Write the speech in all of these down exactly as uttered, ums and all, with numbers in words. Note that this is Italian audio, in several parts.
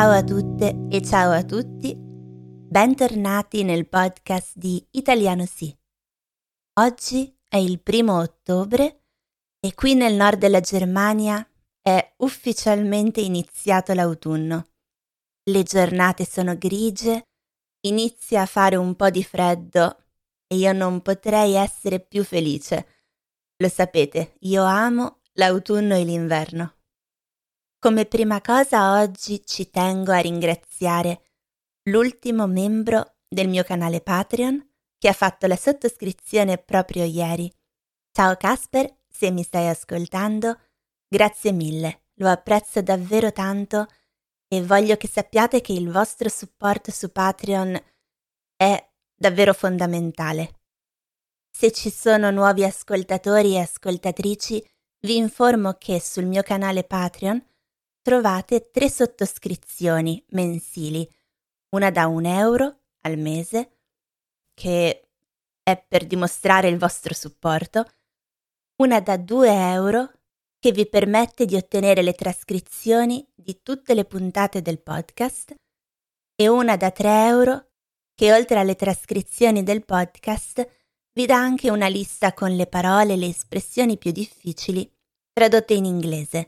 Ciao a tutte e ciao a tutti, bentornati nel podcast di Italiano Sì. Oggi è il primo ottobre e qui nel nord della Germania è ufficialmente iniziato l'autunno. Le giornate sono grigie, inizia a fare un po' di freddo e io non potrei essere più felice. Lo sapete, io amo l'autunno e l'inverno. Come prima cosa oggi ci tengo a ringraziare l'ultimo membro del mio canale Patreon che ha fatto la sottoscrizione proprio ieri. Ciao Casper, se mi stai ascoltando, grazie mille, lo apprezzo davvero tanto e voglio che sappiate che il vostro supporto su Patreon è davvero fondamentale. Se ci sono nuovi ascoltatori e ascoltatrici, vi informo che sul mio canale Patreon trovate tre sottoscrizioni mensili, una da un euro al mese, che è per dimostrare il vostro supporto, una da due euro, che vi permette di ottenere le trascrizioni di tutte le puntate del podcast, e una da tre euro, che oltre alle trascrizioni del podcast vi dà anche una lista con le parole e le espressioni più difficili tradotte in inglese.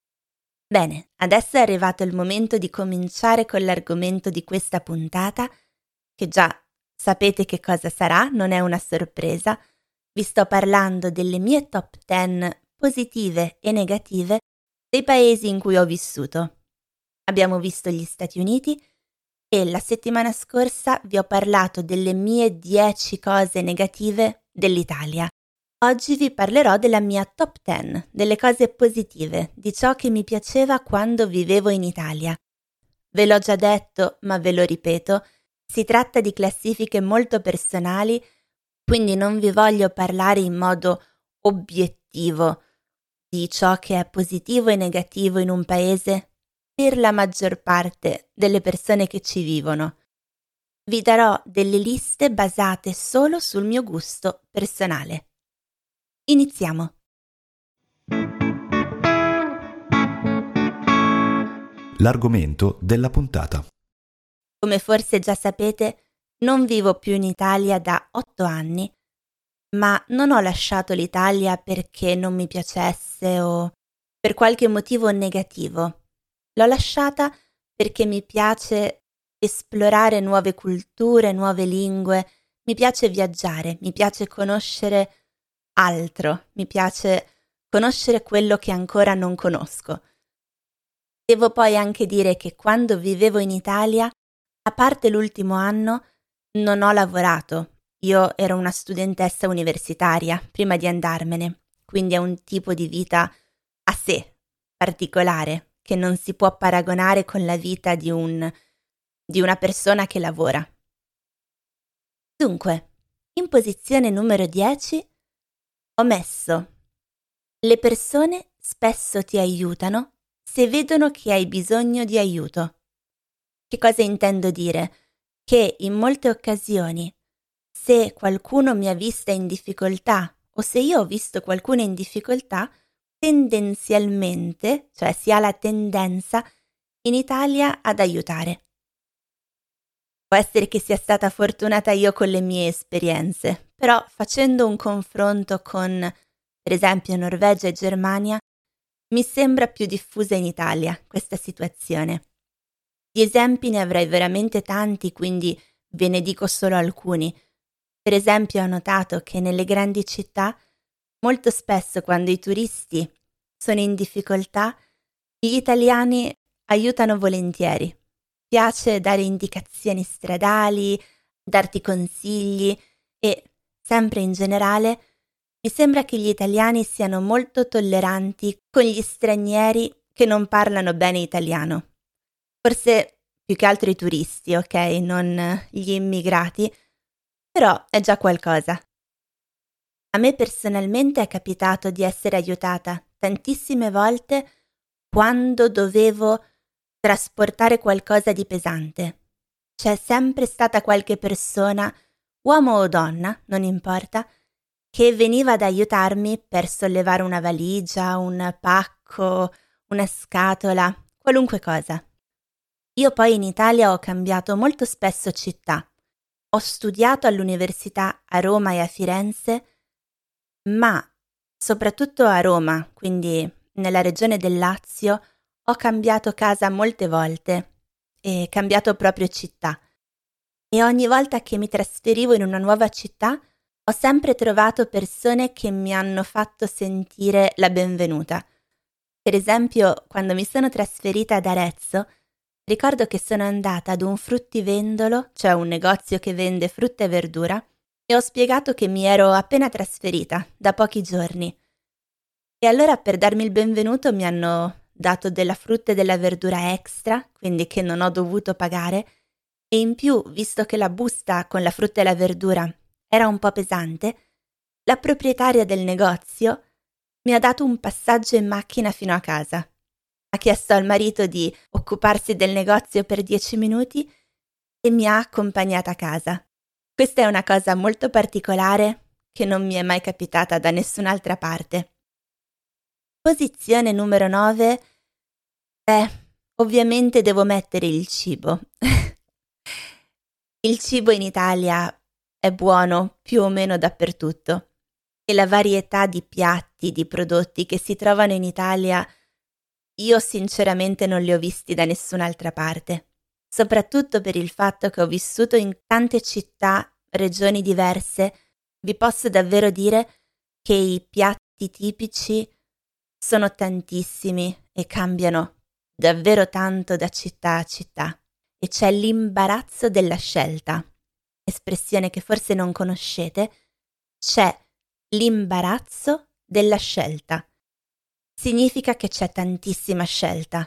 Bene, adesso è arrivato il momento di cominciare con l'argomento di questa puntata, che già sapete che cosa sarà, non è una sorpresa. Vi sto parlando delle mie top dieci positive e negative dei paesi in cui ho vissuto. Abbiamo visto gli Stati Uniti e la settimana scorsa vi ho parlato delle mie dieci cose negative dell'Italia. Oggi vi parlerò della mia top dieci, delle cose positive, di ciò che mi piaceva quando vivevo in Italia. Ve l'ho già detto, ma ve lo ripeto, si tratta di classifiche molto personali, quindi non vi voglio parlare in modo obiettivo di ciò che è positivo e negativo in un paese per la maggior parte delle persone che ci vivono. Vi darò delle liste basate solo sul mio gusto personale. Iniziamo! L'argomento della puntata. Come forse già sapete, non vivo più in Italia da otto anni, ma non ho lasciato l'Italia perché non mi piacesse o per qualche motivo negativo. L'ho lasciata perché mi piace esplorare nuove culture, nuove lingue, mi piace viaggiare, mi piace conoscere altro, mi piace conoscere quello che ancora non conosco. Devo poi anche dire che quando vivevo in Italia, a parte l'ultimo anno, non ho lavorato. Io ero una studentessa universitaria prima di andarmene, quindi è un tipo di vita a sé, particolare, che non si può paragonare con la vita di un di una persona che lavora. Dunque, in posizione numero dieci ho messo: le persone spesso ti aiutano se vedono che hai bisogno di aiuto. Che cosa intendo dire? Che in molte occasioni, se qualcuno mi ha vista in difficoltà o se io ho visto qualcuno in difficoltà, tendenzialmente, cioè si ha la tendenza in Italia ad aiutare. Può essere che sia stata fortunata io con le mie esperienze, però facendo un confronto con, per esempio, Norvegia e Germania, mi sembra più diffusa in Italia questa situazione. Di esempi ne avrei veramente tanti, quindi ve ne dico solo alcuni. Per esempio, ho notato che nelle grandi città, molto spesso quando i turisti sono in difficoltà, gli italiani aiutano volentieri. Piace dare indicazioni stradali, darti consigli e, sempre in generale, mi sembra che gli italiani siano molto tolleranti con gli stranieri che non parlano bene italiano. Forse più che altro i turisti, ok? Non gli immigrati, però è già qualcosa. A me personalmente è capitato di essere aiutata tantissime volte quando dovevo trasportare qualcosa di pesante. C'è sempre stata qualche persona, uomo o donna, non importa, che veniva ad aiutarmi per sollevare una valigia, un pacco, una scatola, qualunque cosa. Io poi in Italia ho cambiato molto spesso città. Ho studiato all'università a Roma e a Firenze, ma soprattutto a Roma, quindi nella regione del Lazio, ho cambiato casa molte volte e cambiato proprio città. E ogni volta che mi trasferivo in una nuova città ho sempre trovato persone che mi hanno fatto sentire la benvenuta. Per esempio, quando mi sono trasferita ad Arezzo, ricordo che sono andata ad un fruttivendolo, cioè un negozio che vende frutta e verdura, e ho spiegato che mi ero appena trasferita, da pochi giorni. E allora per darmi il benvenuto mi hanno dato della frutta e della verdura extra, quindi che non ho dovuto pagare, e in più, visto che la busta con la frutta e la verdura era un po' pesante, la proprietaria del negozio mi ha dato un passaggio in macchina fino a casa. Ha chiesto al marito di occuparsi del negozio per dieci minuti e mi ha accompagnata a casa. Questa è una cosa molto particolare che non mi è mai capitata da nessun'altra parte. Posizione numero nove. Beh, ovviamente devo mettere il cibo. Il cibo in Italia è buono più o meno dappertutto e la varietà di piatti, di prodotti che si trovano in Italia io sinceramente non li ho visti da nessun'altra parte, soprattutto per il fatto che ho vissuto in tante città, regioni diverse. Vi posso davvero dire che i piatti tipici sono tantissimi e cambiano davvero tanto da città a città. E c'è l'imbarazzo della scelta, espressione che forse non conoscete. C'è l'imbarazzo della scelta. Significa che c'è tantissima scelta.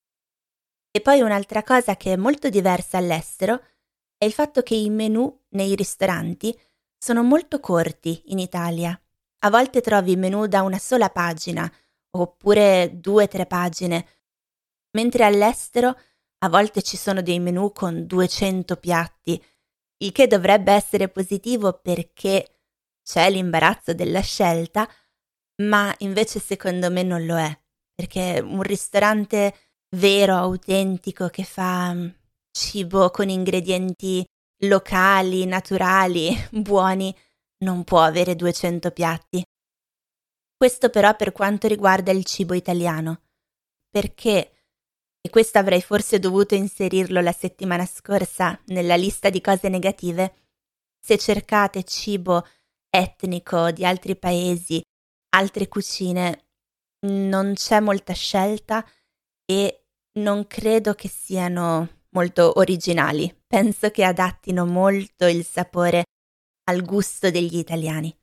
E poi un'altra cosa che è molto diversa all'estero è il fatto che i menù nei ristoranti sono molto corti in Italia. A volte trovi menù da una sola pagina, oppure due o tre pagine, mentre all'estero a volte ci sono dei menù con duecento piatti, il che dovrebbe essere positivo perché c'è l'imbarazzo della scelta, ma invece secondo me non lo è, perché un ristorante vero, autentico, che fa cibo con ingredienti locali, naturali, buoni, non può avere duecento piatti. Questo però per quanto riguarda il cibo italiano, perché e questo avrei forse dovuto inserirlo la settimana scorsa nella lista di cose negative, se cercate cibo etnico di altri paesi, altre cucine, non c'è molta scelta e non credo che siano molto originali. Penso che adattino molto il sapore al gusto degli italiani.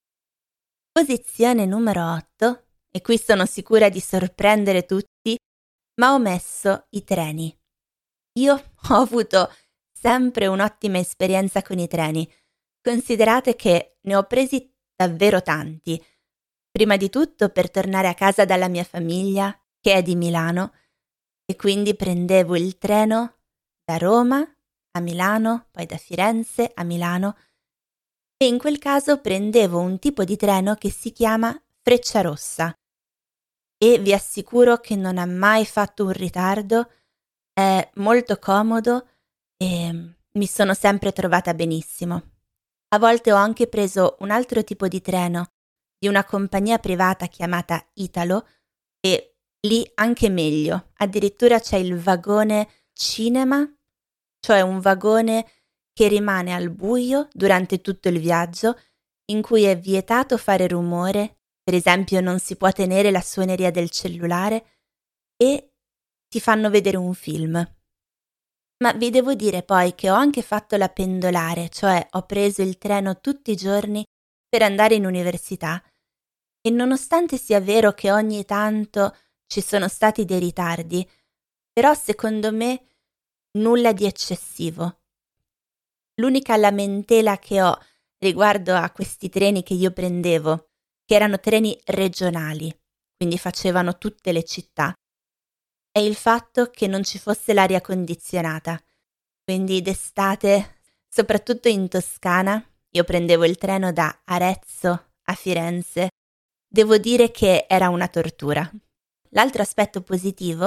Posizione numero otto, e qui sono sicura di sorprendere tutti, ma ho messo i treni. Io ho avuto sempre un'ottima esperienza con i treni. Considerate che ne ho presi davvero tanti. Prima di tutto per tornare a casa dalla mia famiglia, che è di Milano, e quindi prendevo il treno da Roma a Milano, poi da Firenze a Milano, e in quel caso prendevo un tipo di treno che si chiama Frecciarossa. E vi assicuro che non ha mai fatto un ritardo, è molto comodo e mi sono sempre trovata benissimo. A volte ho anche preso un altro tipo di treno di una compagnia privata chiamata Italo e lì anche meglio, addirittura c'è il vagone cinema, cioè un vagone che rimane al buio durante tutto il viaggio, in cui è vietato fare rumore. Per esempio non si può tenere la suoneria del cellulare e ti fanno vedere un film. Ma vi devo dire poi che ho anche fatto la pendolare, cioè ho preso il treno tutti i giorni per andare in università e nonostante sia vero che ogni tanto ci sono stati dei ritardi, però secondo me nulla di eccessivo. L'unica lamentela che ho riguardo a questi treni che io prendevo, che erano treni regionali, quindi facevano tutte le città, è il fatto che non ci fosse l'aria condizionata. Quindi d'estate, soprattutto in Toscana, io prendevo il treno da Arezzo a Firenze. Devo dire che era una tortura. L'altro aspetto positivo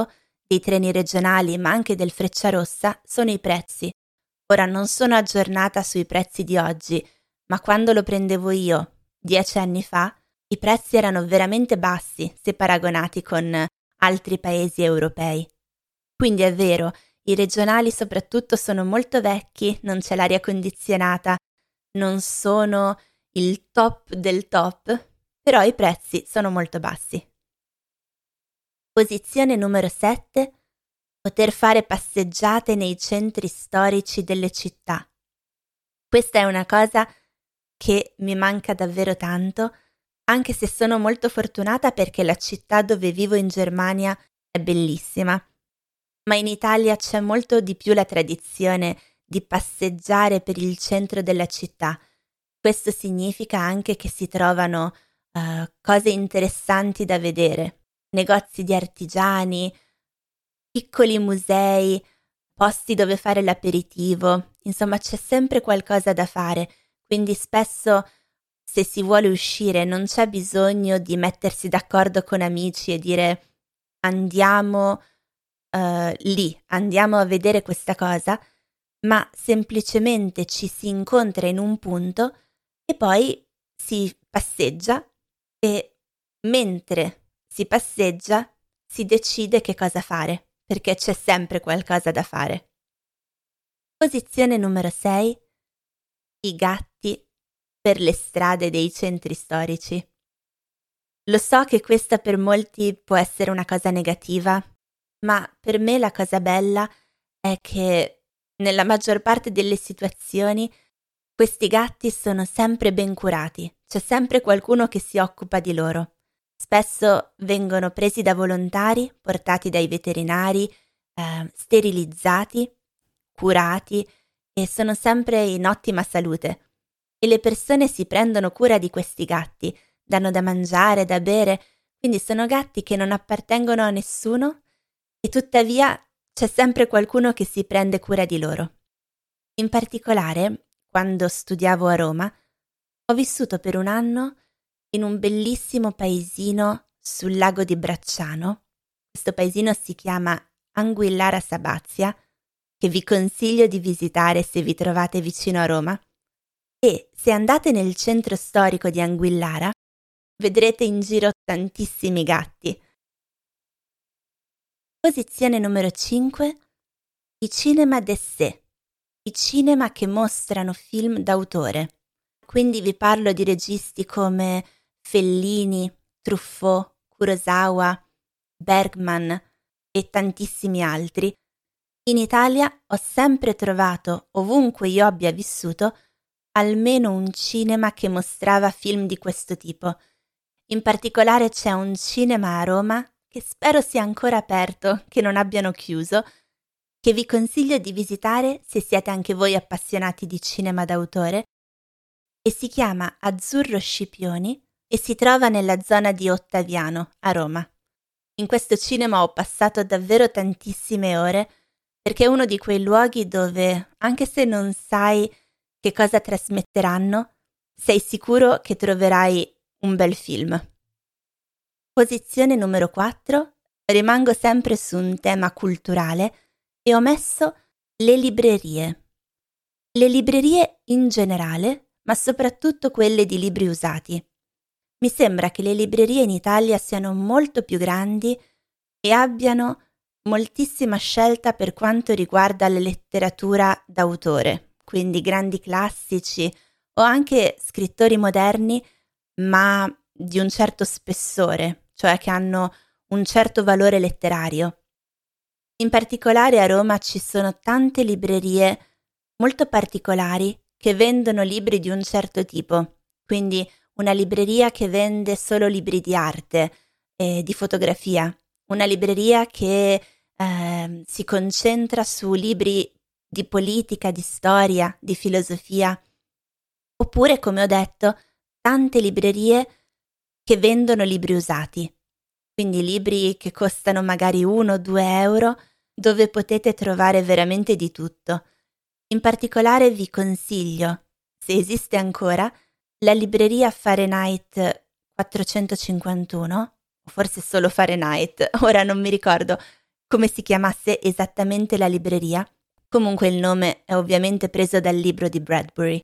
dei treni regionali ma anche del Frecciarossa sono i prezzi. Ora non sono aggiornata sui prezzi di oggi, ma quando lo prendevo io, dieci anni fa, i prezzi erano veramente bassi se paragonati con altri paesi europei. Quindi è vero, i regionali soprattutto sono molto vecchi, non c'è l'aria condizionata, non sono il top del top, però i prezzi sono molto bassi. Posizione numero sette. Poter fare passeggiate nei centri storici delle città. Questa è una cosa che mi manca davvero tanto, anche se sono molto fortunata perché la città dove vivo in Germania è bellissima. Ma in Italia c'è molto di più la tradizione di passeggiare per il centro della città. Questo significa anche che si trovano uh, cose interessanti da vedere, negozi di artigiani, piccoli musei, posti dove fare l'aperitivo, insomma c'è sempre qualcosa da fare, quindi spesso se si vuole uscire non c'è bisogno di mettersi d'accordo con amici e dire andiamo uh, lì, andiamo a vedere questa cosa, ma semplicemente ci si incontra in un punto e poi si passeggia e mentre si passeggia si decide che cosa fare, perché c'è sempre qualcosa da fare. Posizione numero sei. I gatti per le strade dei centri storici. Lo so che questa per molti può essere una cosa negativa, ma per me la cosa bella è che nella maggior parte delle situazioni questi gatti sono sempre ben curati, c'è sempre qualcuno che si occupa di loro. Spesso vengono presi da volontari, portati dai veterinari, eh, sterilizzati, curati e sono sempre in ottima salute. E le persone si prendono cura di questi gatti, danno da mangiare, da bere, quindi sono gatti che non appartengono a nessuno e tuttavia c'è sempre qualcuno che si prende cura di loro. In particolare, quando studiavo a Roma, ho vissuto per un anno in un bellissimo paesino sul lago di Bracciano. Questo paesino si chiama Anguillara Sabazia, che vi consiglio di visitare se vi trovate vicino a Roma. E se andate nel centro storico di Anguillara, vedrete in giro tantissimi gatti. Posizione numero cinque. I cinema d'essai, i cinema che mostrano film d'autore. Quindi vi parlo di registi come Fellini, Truffaut, Kurosawa, Bergman e tantissimi altri. In Italia ho sempre trovato, ovunque io abbia vissuto, almeno un cinema che mostrava film di questo tipo. In particolare c'è un cinema a Roma, che spero sia ancora aperto, che non abbiano chiuso, che vi consiglio di visitare se siete anche voi appassionati di cinema d'autore, e si chiama Azzurro Scipioni e si trova nella zona di Ottaviano, a Roma. In questo cinema ho passato davvero tantissime ore, perché è uno di quei luoghi dove, anche se non sai che cosa trasmetteranno, sei sicuro che troverai un bel film. Posizione numero quattro. Rimango sempre su un tema culturale e ho messo le librerie. Le librerie in generale, ma soprattutto quelle di libri usati. Mi sembra che le librerie in Italia siano molto più grandi e abbiano moltissima scelta per quanto riguarda la letteratura d'autore, quindi grandi classici o anche scrittori moderni, ma di un certo spessore, cioè che hanno un certo valore letterario. In particolare a Roma ci sono tante librerie molto particolari che vendono libri di un certo tipo, quindi una libreria che vende solo libri di arte e di fotografia, una libreria che eh, si concentra su libri di politica, di storia, di filosofia, oppure, come ho detto, tante librerie che vendono libri usati, quindi libri che costano magari uno o due euro, dove potete trovare veramente di tutto. In particolare vi consiglio, se esiste ancora, la libreria Fahrenheit quattrocentocinquantuno, o forse solo Fahrenheit, ora non mi ricordo. come si chiamasse esattamente la libreria, comunque il nome è ovviamente preso dal libro di Bradbury.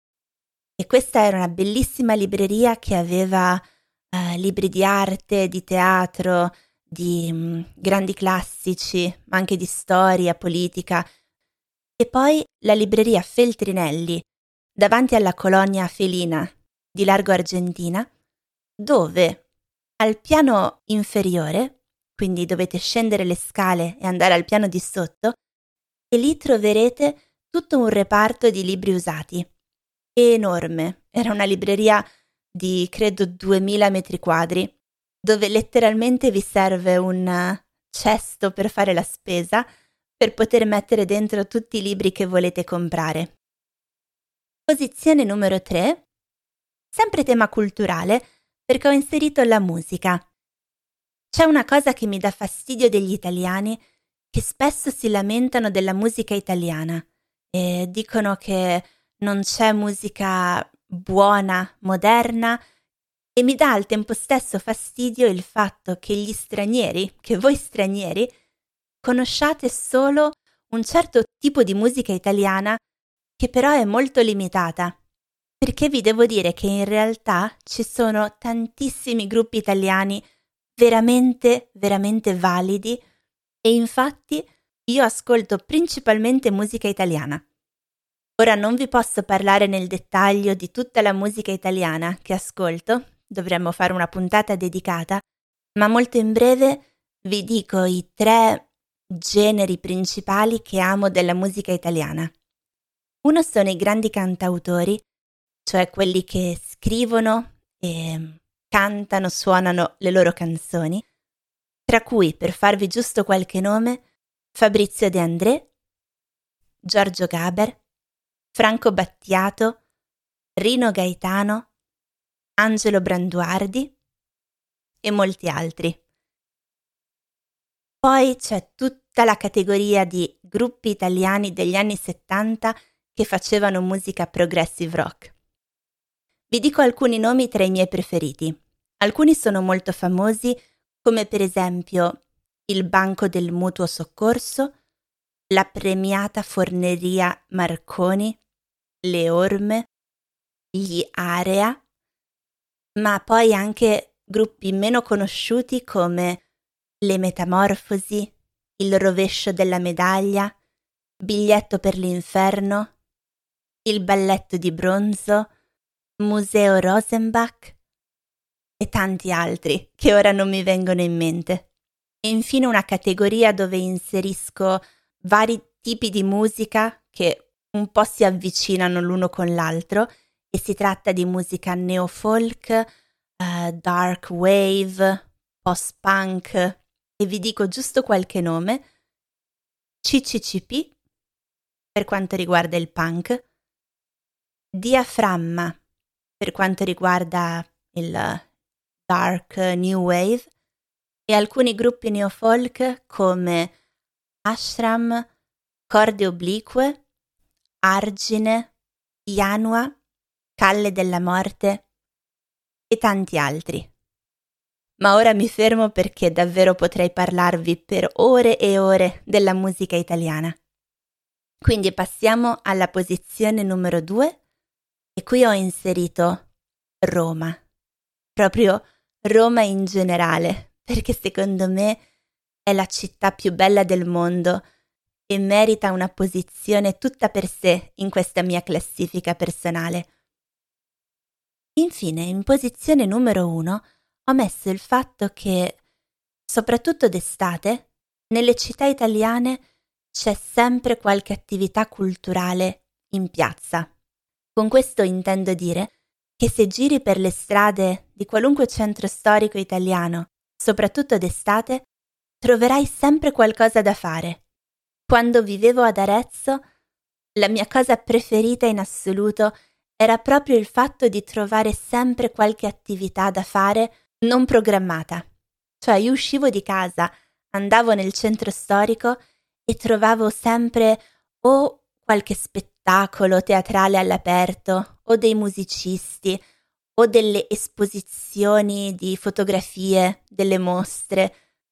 E questa era una bellissima libreria che aveva eh, libri di arte, di teatro, di mh, grandi classici, ma anche di storia, politica. E poi la libreria Feltrinelli, davanti alla colonia Felina di Largo Argentina, dove al piano inferiore, quindi dovete scendere le scale e andare al piano di sotto, e lì troverete tutto un reparto di libri usati. Enorme, era una libreria di credo duemila metri quadri, dove letteralmente vi serve un cesto per fare la spesa, per poter mettere dentro tutti i libri che volete comprare. Posizione numero tre, sempre tema culturale, perché ho inserito la musica. C'è una cosa che mi dà fastidio degli italiani, che spesso si lamentano della musica italiana e dicono che non c'è musica buona, moderna, e mi dà al tempo stesso fastidio il fatto che gli stranieri, che voi stranieri, conosciate solo un certo tipo di musica italiana che però è molto limitata, perché vi devo dire che in realtà ci sono tantissimi gruppi italiani veramente, veramente validi e infatti io ascolto principalmente musica italiana. Ora non vi posso parlare nel dettaglio di tutta la musica italiana che ascolto, dovremmo fare una puntata dedicata, ma molto in breve vi dico i tre generi principali che amo della musica italiana. Uno sono i grandi cantautori, cioè quelli che scrivono e cantano, suonano le loro canzoni, tra cui, per farvi giusto qualche nome, Fabrizio De André, Giorgio Gaber, Franco Battiato, Rino Gaetano, Angelo Branduardi e molti altri. Poi c'è tutta la categoria di gruppi italiani degli anni settanta che facevano musica progressive rock. Vi dico alcuni nomi tra i miei preferiti. Alcuni sono molto famosi, come per esempio il Banco del Mutuo Soccorso, la premiata Forneria Marconi, le Orme, gli Area, ma poi anche gruppi meno conosciuti come le Metamorfosi, il Rovescio della Medaglia, Biglietto per l'inferno, il Balletto di Bronzo, Museo Rosenbach e tanti altri che ora non mi vengono in mente. E infine una categoria dove inserisco vari tipi di musica che un po' si avvicinano l'uno con l'altro e si tratta di musica neofolk, uh, dark wave, post-punk e vi dico giusto qualche nome: C C C P per quanto riguarda il punk, Diaframma per quanto riguarda il dark new wave e alcuni gruppi neofolk come Ashram, Corde Oblique, Argine, Ianua, Calle della Morte e tanti altri. Ma ora mi fermo perché davvero potrei parlarvi per ore e ore della musica italiana. Quindi passiamo alla posizione numero due e qui ho inserito Roma, proprio Roma in generale, perché secondo me è la città più bella del mondo e merita una posizione tutta per sé in questa mia classifica personale. Infine, in posizione numero uno ho messo il fatto che, soprattutto d'estate, nelle città italiane c'è sempre qualche attività culturale in piazza. Con questo intendo dire che se giri per le strade di qualunque centro storico italiano, soprattutto d'estate, troverai sempre qualcosa da fare. Quando vivevo ad Arezzo, la mia cosa preferita in assoluto era proprio il fatto di trovare sempre qualche attività da fare non programmata. Cioè io uscivo di casa, andavo nel centro storico e trovavo sempre o qualche spettacolo teatrale all'aperto, o dei musicisti, o delle esposizioni di fotografie, delle mostre.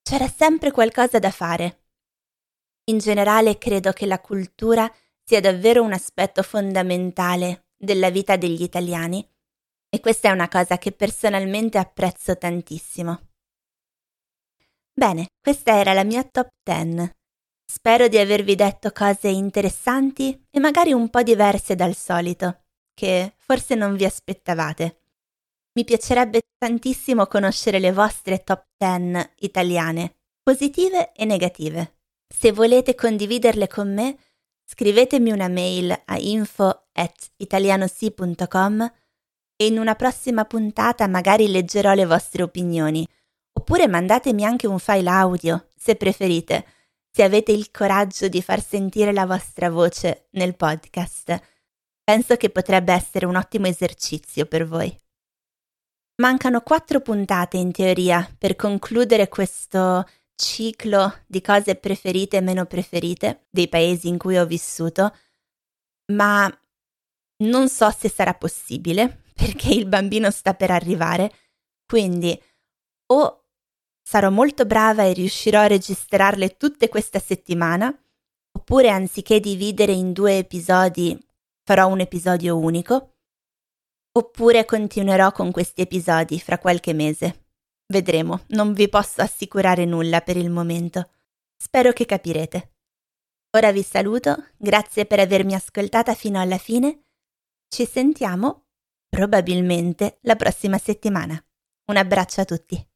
c'era sempre qualcosa da fare. In generale credo che la cultura sia davvero un aspetto fondamentale della vita degli italiani e questa è una cosa che personalmente apprezzo tantissimo. Bene, questa era la mia top dieci. Spero di avervi detto cose interessanti e magari un po' diverse dal solito, che forse non vi aspettavate. Mi piacerebbe tantissimo conoscere le vostre top dieci italiane, positive e negative. Se volete condividerle con me, scrivetemi una mail a info at italianosi punto com e in una prossima puntata magari leggerò le vostre opinioni, oppure mandatemi anche un file audio, se preferite, se avete il coraggio di far sentire la vostra voce nel podcast. Penso che potrebbe essere un ottimo esercizio per voi. Mancano quattro puntate in teoria per concludere questo ciclo di cose preferite e meno preferite dei paesi in cui ho vissuto, ma non so se sarà possibile perché il bambino sta per arrivare, quindi o sarò molto brava e riuscirò a registrarle tutte questa settimana, oppure anziché dividere in due episodi farò un episodio unico, oppure continuerò con questi episodi fra qualche mese. Vedremo, non vi posso assicurare nulla per il momento. Spero che capirete. Ora vi saluto, grazie per avermi ascoltata fino alla fine. Ci sentiamo probabilmente la prossima settimana. Un abbraccio a tutti.